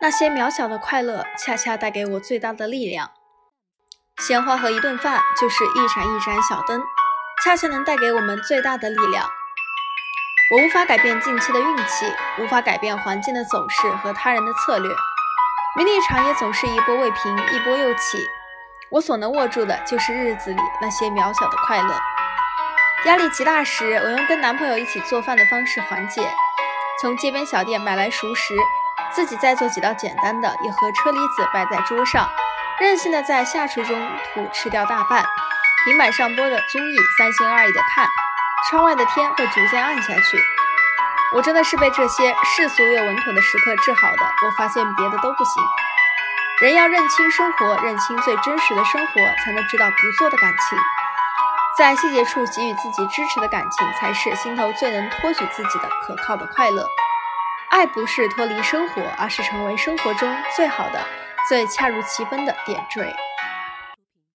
那些渺小的快乐恰恰带给我最大的力量。鲜花和一顿饭就是一盏一盏小灯，恰恰能带给我们最大的力量。我无法改变近期的运气，无法改变环境的走势和他人的策略，名利场也总是一波未平一波又起，我所能握住的就是日子里那些渺小的快乐。压力极大时，我用跟男朋友一起做饭的方式缓解，从街边小店买来熟食，自己再做几道简单的，也和车厘子摆在桌上，任性的在下厨中途吃掉大半。平板上播的综艺三心二意的看，窗外的天会逐渐暗下去。我真的是被这些世俗又稳妥的时刻治好的，我发现别的都不行。人要认清生活，认清最真实的生活，才能知道不做的感情。在细节处给予自己支持的感情，才是心头最能托举自己的可靠的快乐。爱不是脱离生活，而是成为生活中最好的、最恰如其分的点缀。